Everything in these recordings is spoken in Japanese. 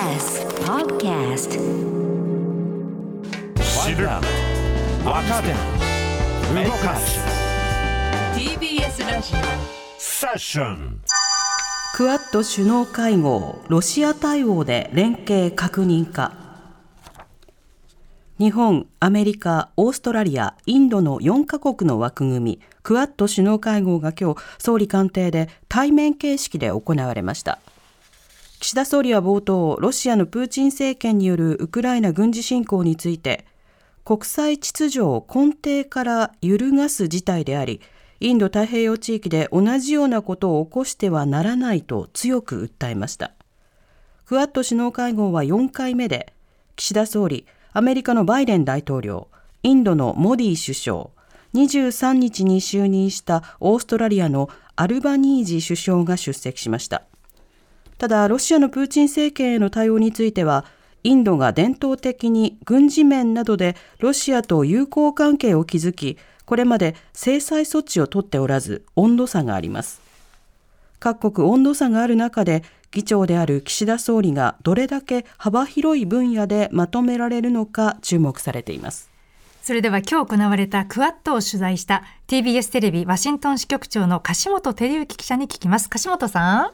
TBS Podcast 知る、若手、動かす TBS ラジオセッション。 クアッド首脳会合、ロシア対応で連携確認か。日本、アメリカ、オーストラリア、インドの4カ国の枠組み、クアッド首脳会合が今日、総理官邸で対面形式で行われました。岸田総理は冒頭、ロシアのプーチン政権によるウクライナ軍事侵攻について、国際秩序を根底から揺るがす事態であり、インド太平洋地域で同じようなことを起こしてはならないと強く訴えました。クアッド首脳会合は4回目で、岸田総理、アメリカのバイデン大統領、インドのモディ首相、23日に就任したオーストラリアのアルバニージ首相が出席しました。ただ、ロシアのプーチン政権への対応については、インドが伝統的に軍事面などでロシアと友好関係を築き、これまで制裁措置を取っておらず、温度差があります。各国温度差がある中で、議長である岸田総理がどれだけ幅広い分野でまとめられるのか注目されています。 それでは今日行われたクアッドを取材した TBS テレビワシントン支局長の樫本照之記者に聞きます。樫本さん、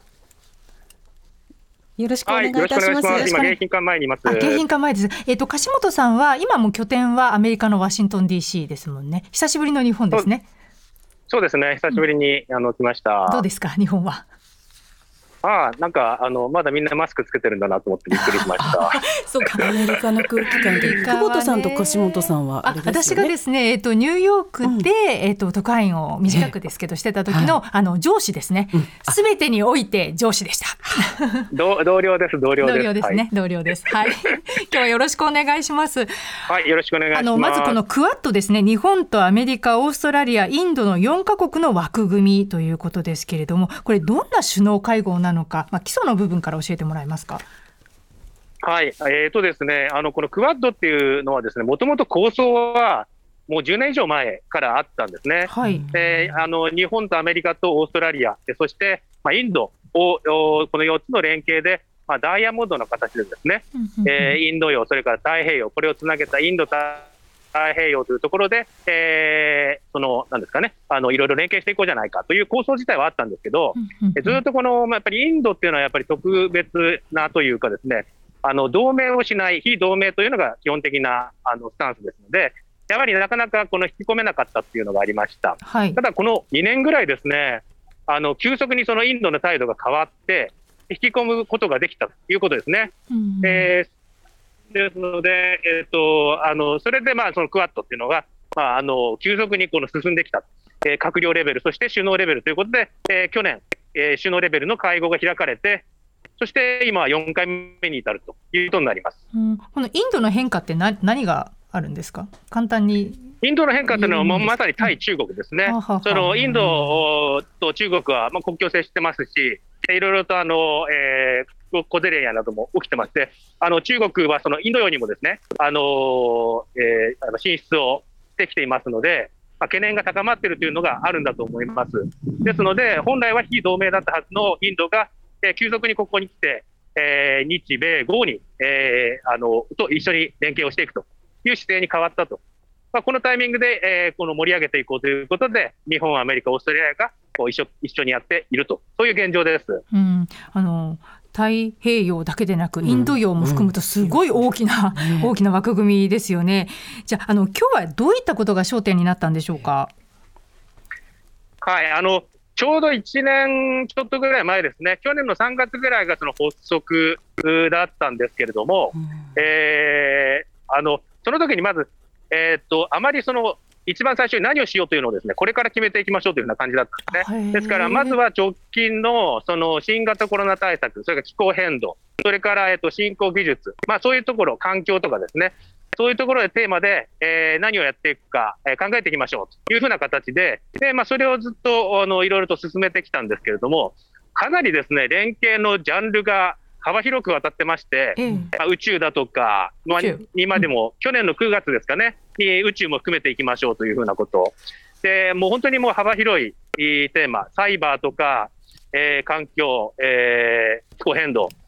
よろしくお願いいたします。 今迎賓館前にいます。 迎賓館前です。樫本さんは今も拠点はアメリカのワシントン DC ですもんね。久しぶりの日本ですね。 そうですね、久しぶりに、来ました。 どうですか、日本は。 なんかまだみんなマスクつけてるんだなと思ってびっくりしましたそうか、 アメリカの空気感で、久保田さんと樫本さんはあれですよね。 私がですね、ニューヨークで、特派員を短くですけどしてた時の、上司ですね。すべてにおいて上司でした同僚です。同僚ですね、同僚です。はい、今日はよろしくお願いします。 はい、よろしくお願いします。 まずこのクアッドですね、日本とアメリカ、オーストラリア、インドの4カ国の枠組みということですけれども、これどんな首脳会合なのか、基礎の部分から教えてもらえますか。 はい、ですね、このクアッドっていうのはですね、もともと構想はもう10年以上前からあったんですね。 はい、 日本とアメリカとオーストラリア、そして、インドをこの4つの連携で、ダイヤモンドの形でですね、インド洋、それから太平洋、これをつなげたインド太平洋というところで、なんですかね、いろいろ連携していこうじゃないかという構想自体はあったんですけど、ずっとやっぱりインドっていうのはやっぱり特別なというかですね、同盟をしない、非同盟というのが基本的なスタンスですので、やはりなかなか引き込めなかったっていうのがありました。 はい、 ただこの2年ぐらいですね、急速にそのインドの態度が変わって、引き込むことができたということですね。ですので、それでそのクアッドっていうのが、急速に進んできた、閣僚レベル、そして首脳レベルということで、去年、首脳レベルの会合が開かれて、そして今は4回目に至るということになります。 このインドの変化って何があるんですか。簡単に。 インドの変化というのはまさに対中国ですね。そのインドと中国は国境を接してますし、いろいろと小競り合いなども起きてまして、中国はそのインド洋にもですね、進出をしてきていますので、懸念が高まっているというのがあるんだと思います。ですので、本来は非同盟だったはずのインドが、急速にここに来て、日米豪に、と一緒に連携をしていくという姿勢に変わったと。このタイミングで、盛り上げていこうということで、日本、アメリカ、オーストラリアが一緒にやっていると、そういう現状です。 太平洋だけでなくインド洋も含むとすごい大きな枠組みですよね。じゃあ、今日はどういったことが焦点になったんでしょうか。 はい、ちょうど1年ちょっとぐらい前ですね、去年の3月ぐらいがその発足だったんですけれども、その時にまず、あまり一番最初に何をしようというのをですね、これから決めていきましょうというような感じだったんですね。ですから、まずは直近の新型コロナ対策、それから気候変動、それから振興技術、そういうところ、環境とかですね、そういうところでテーマで、何をやっていくか、考えていきましょうというふうな形で、それをずっといろいろと進めてきたんですけれども、かなりですね、連携のジャンルが幅広く渡ってまして、宇宙だとか、今でも去年の9月ですかね、に宇宙も含めていきましょうというふうなことで、もう本当にもう幅広いテーマ、サイバーとか、環境、気候変動、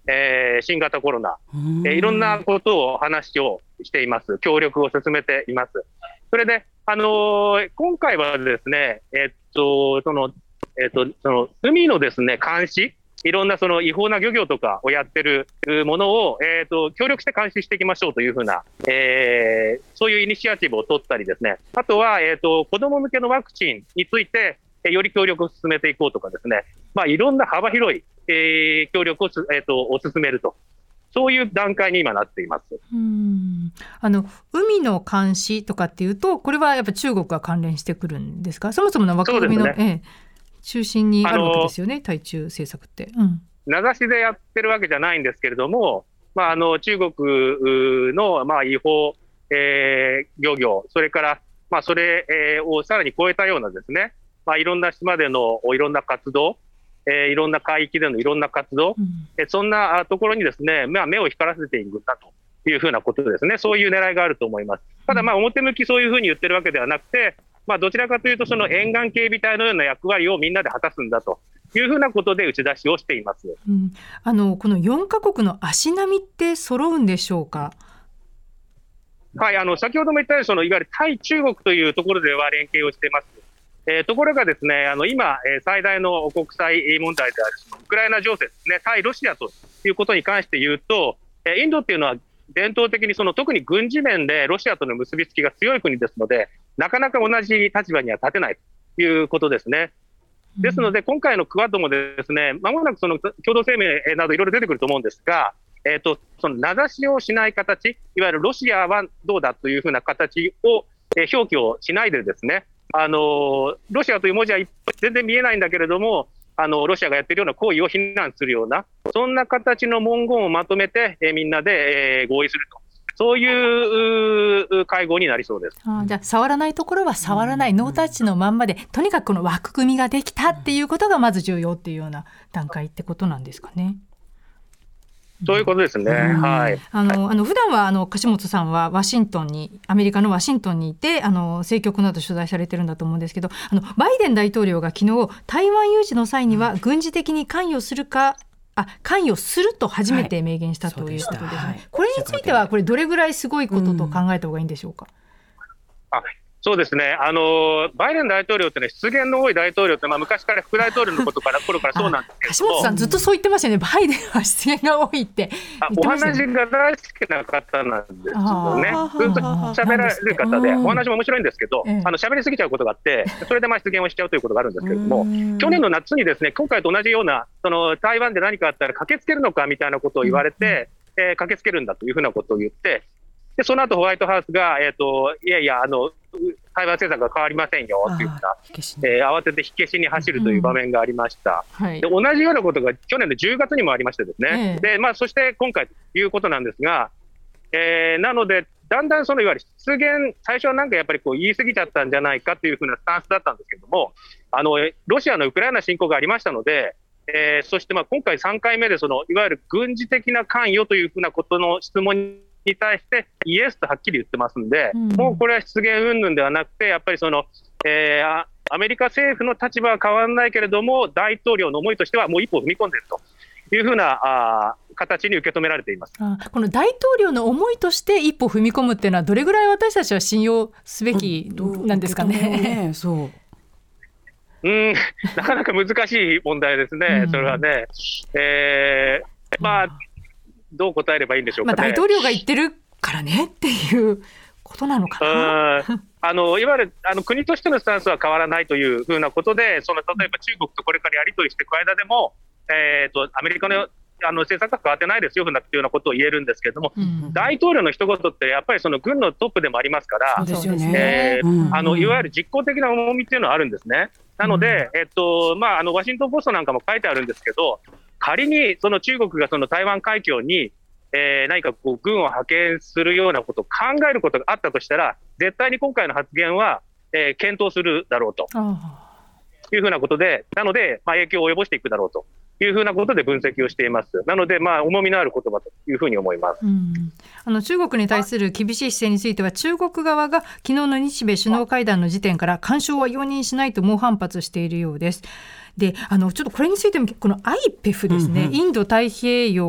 新型コロナ、いろんなことを話をしています。協力を進めています。それで、今回はですね、その海のですね、監視、いろんなその違法な漁業とかをやってるものを、協力して監視していきましょうというふうな、そういうイニシアチブを取ったりですね、あとは、子ども向けのワクチンについて、より協力を進めていこうとかですね、いろんな幅広い、協力を、進めると、そういう段階に今なっています。 海の監視とかっていうと、これはやっぱり中国が関連してくるんですか？そもそもの枠組みの、中心にあるわけですよね、対中政策って。 名指しでやってるわけじゃないんですけれども、中国の、違法、漁業、それから、それ、をさらに超えたようなですね、いろんな島でのいろんな活動、いろんな海域でのいろんな活動、そんなところにですね、目を光らせていくんだというふうなことですね、そういう狙いがあると思います。ただ、表向きそういうふうに言ってるわけではなくて、どちらかというと、その沿岸警備隊のような役割をみんなで果たすんだというふうなことで打ち出しをしています。この4カ国の足並みって揃うんでしょうか？ はい、先ほども言ったように、いわゆる対中国というところでは連携をしています。ところがですね、今、最大の国際問題であるウクライナ情勢ですね、対ロシアということに関して言うと、インドっていうのは伝統的に特に軍事面でロシアとの結びつきが強い国ですので、なかなか同じ立場には立てないということですね。ですので、今回のクアッドもですね、まもなくその共同声明などいろいろ出てくると思うんですが、その名指しをしない形、いわゆるロシアはどうだというふうな形を、表記をしないでですね、ロシアという文字は全然見えないんだけれども、ロシアがやっているような行為を非難するような、そんな形の文言をまとめて、みんなで、合意すると。そういう会合になりそうです。 じゃあ触らないところは触らない、ノータッチのまんまで、とにかくこの枠組みができたっていうことがまず重要っていうような段階ってことなんですかね。 そういうことですね。はい。 普段は樫本さんはアメリカのワシントンにいて政局など取材されてるんだと思うんですけど、バイデン大統領が昨日台湾有事の際には軍事的に関与すると初めて明言したということですね。これについてはどれぐらいすごいことと考えた方がいいんでしょうか？ そうですね、バイデン大統領ってね、失言の多い大統領って、昔から副大統領の頃からそうなんですけども、 樫本さんずっとそう言ってましたよね。バイデンは失言が多いって言ってましたよね。 お話が大好きな方なんですよね。ずっと喋られる方で、お話も面白いんですけど、喋りすぎちゃうことがあって、それで失言をしちゃうということがあるんですけれども、去年の夏にですね、今回と同じような台湾で何かあったら駆けつけるのかみたいなことを言われて、駆けつけるんだというふうなことを言って、でその後ホワイトハウスが、いやいや台湾政策が変わりませんよというふうな、慌てて火消しに走るという場面がありました。で同じようなことが去年の10月にもありましてですね、でそして今回ということなんですが、なのでだんだんいわゆる失言、最初はなんかやっぱり言い過ぎちゃったんじゃないかというふうなスタンスだったんですけれども、ロシアのウクライナ侵攻がありましたので、そして今回3回目でいわゆる軍事的な関与というふうなことの質問に対してイエスとはっきり言ってますんで、もうこれは失言云々ではなくて、やっぱりアメリカ政府の立場は変わらないけれども、大統領の思いとしてはもう一歩踏み込んでいるというふうな形に受け止められています。 この大統領の思いとして一歩踏み込むっていうのは、どれぐらい私たちは信用すべきなんですかね。 なかなか難しい問題ですね、それはね。どう答えればいいんでしょうかね。 大統領が言ってるからねっていうことなのかな。 いわゆる国としてのスタンスは変わらないというふうなことで、例えば中国とこれからやり取りしていく間でも、アメリカの政策は変わってないですよというようなことを言えるんですけれども、大統領の一言ってやっぱり軍のトップでもありますから、いわゆる実効的な重みっていうのはあるんですね。なので、ワシントンポストなんかも書いてあるんですけど、仮に中国が台湾海峡に、何か軍を派遣するようなことを考えることがあったとしたら、絶対に今回の発言は、検討するだろうというふうなことで、なので、影響を及ぼしていくだろうというふうなことで分析をしています。なので、重みのある言葉というふうに思います。 中国に対する厳しい姿勢については、中国側が昨日の日米首脳会談の時点から干渉は容認しないと猛反発しているようです。でちょっとこれについてもこの IPEF ですね、インド太平洋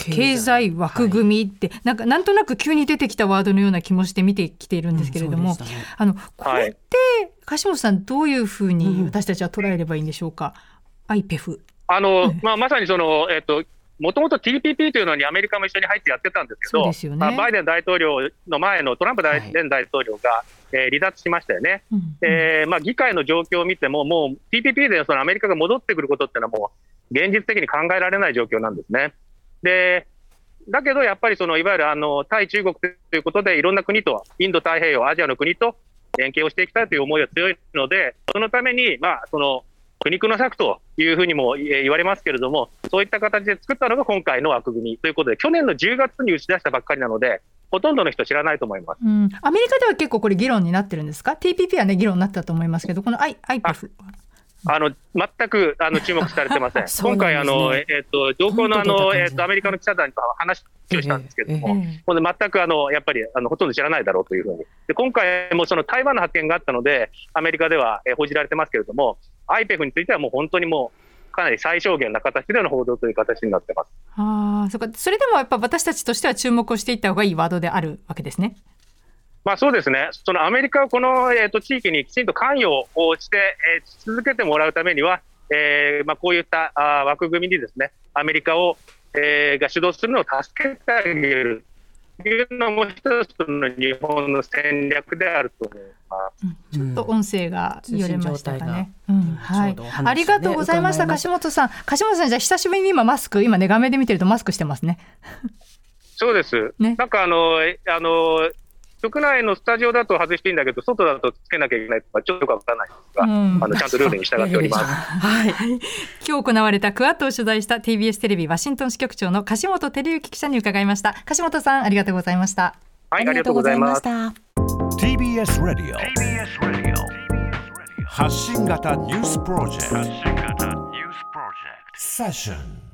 経済枠組みって、なんとなく急に出てきたワードのような気もして見てきているんですけれども、これって樫本さんどういうふうに私たちは捉えればいいんでしょうか。IPEF、 まさにその、もともと TPP というのにアメリカも一緒に入ってやってたんですけど、 そうですよね。 バイデン大統領の前のトランプ前大統領が、離脱しましたよね。議会の状況を見ても、もう TPP でそのアメリカが戻ってくることっていうのはもう現実的に考えられない状況なんですね。だけどやっぱりそのいわゆる対中国ということでいろんな国と、インド太平洋、アジアの国と連携をしていきたいという思いが強いので、そのためにその苦肉の策というふうにも言われますけれども、そういった形で作ったのが今回の枠組みということで、去年の10月に打ち出したばっかりなので、ほとんどの人知らないと思います。 アメリカでは結構これ議論になってるんですか。 TPP はね議論になったと思いますけど、この IPEF 全く注目されてません。今回同行のアメリカの記者団と話をしたんですけれども、全くやっぱりほとんど知らないだろうというふうに。で今回もその台湾の発見があったのでアメリカでは報じられてますけれども、IPEF についてはもう本当にもうかなり最小限な形での報道という形になってます。 それでもやっぱ私たちとしては注目をしていった方がいいワードであるわけですね。 そうですね。そのアメリカはこの、地域にきちんと関与をして、続けてもらうためには、こういった枠組みにですね、アメリカを、が主導するのを助けてあげるというのも一つの日本の戦略であると思います。 ちょっと音声が揺れましたかね。ありがとうございました。樫本さん、じゃあ久しぶりに今マスク、今ね画面で見てるとマスクしてますね。 そうです。なんか局内のスタジオだと外していいんだけど、外だとつけなきゃいけないとかちょっとわからないですが、ちゃんとルールに従っております。 今日行われたクアッドを取材した TBS テレビワシントン支局長の樫本照之記者に伺いました。樫本さん、ありがとうございました。 はい、ありがとうございました。 TBS ラジオ発信型ニュースプロジェクトセッション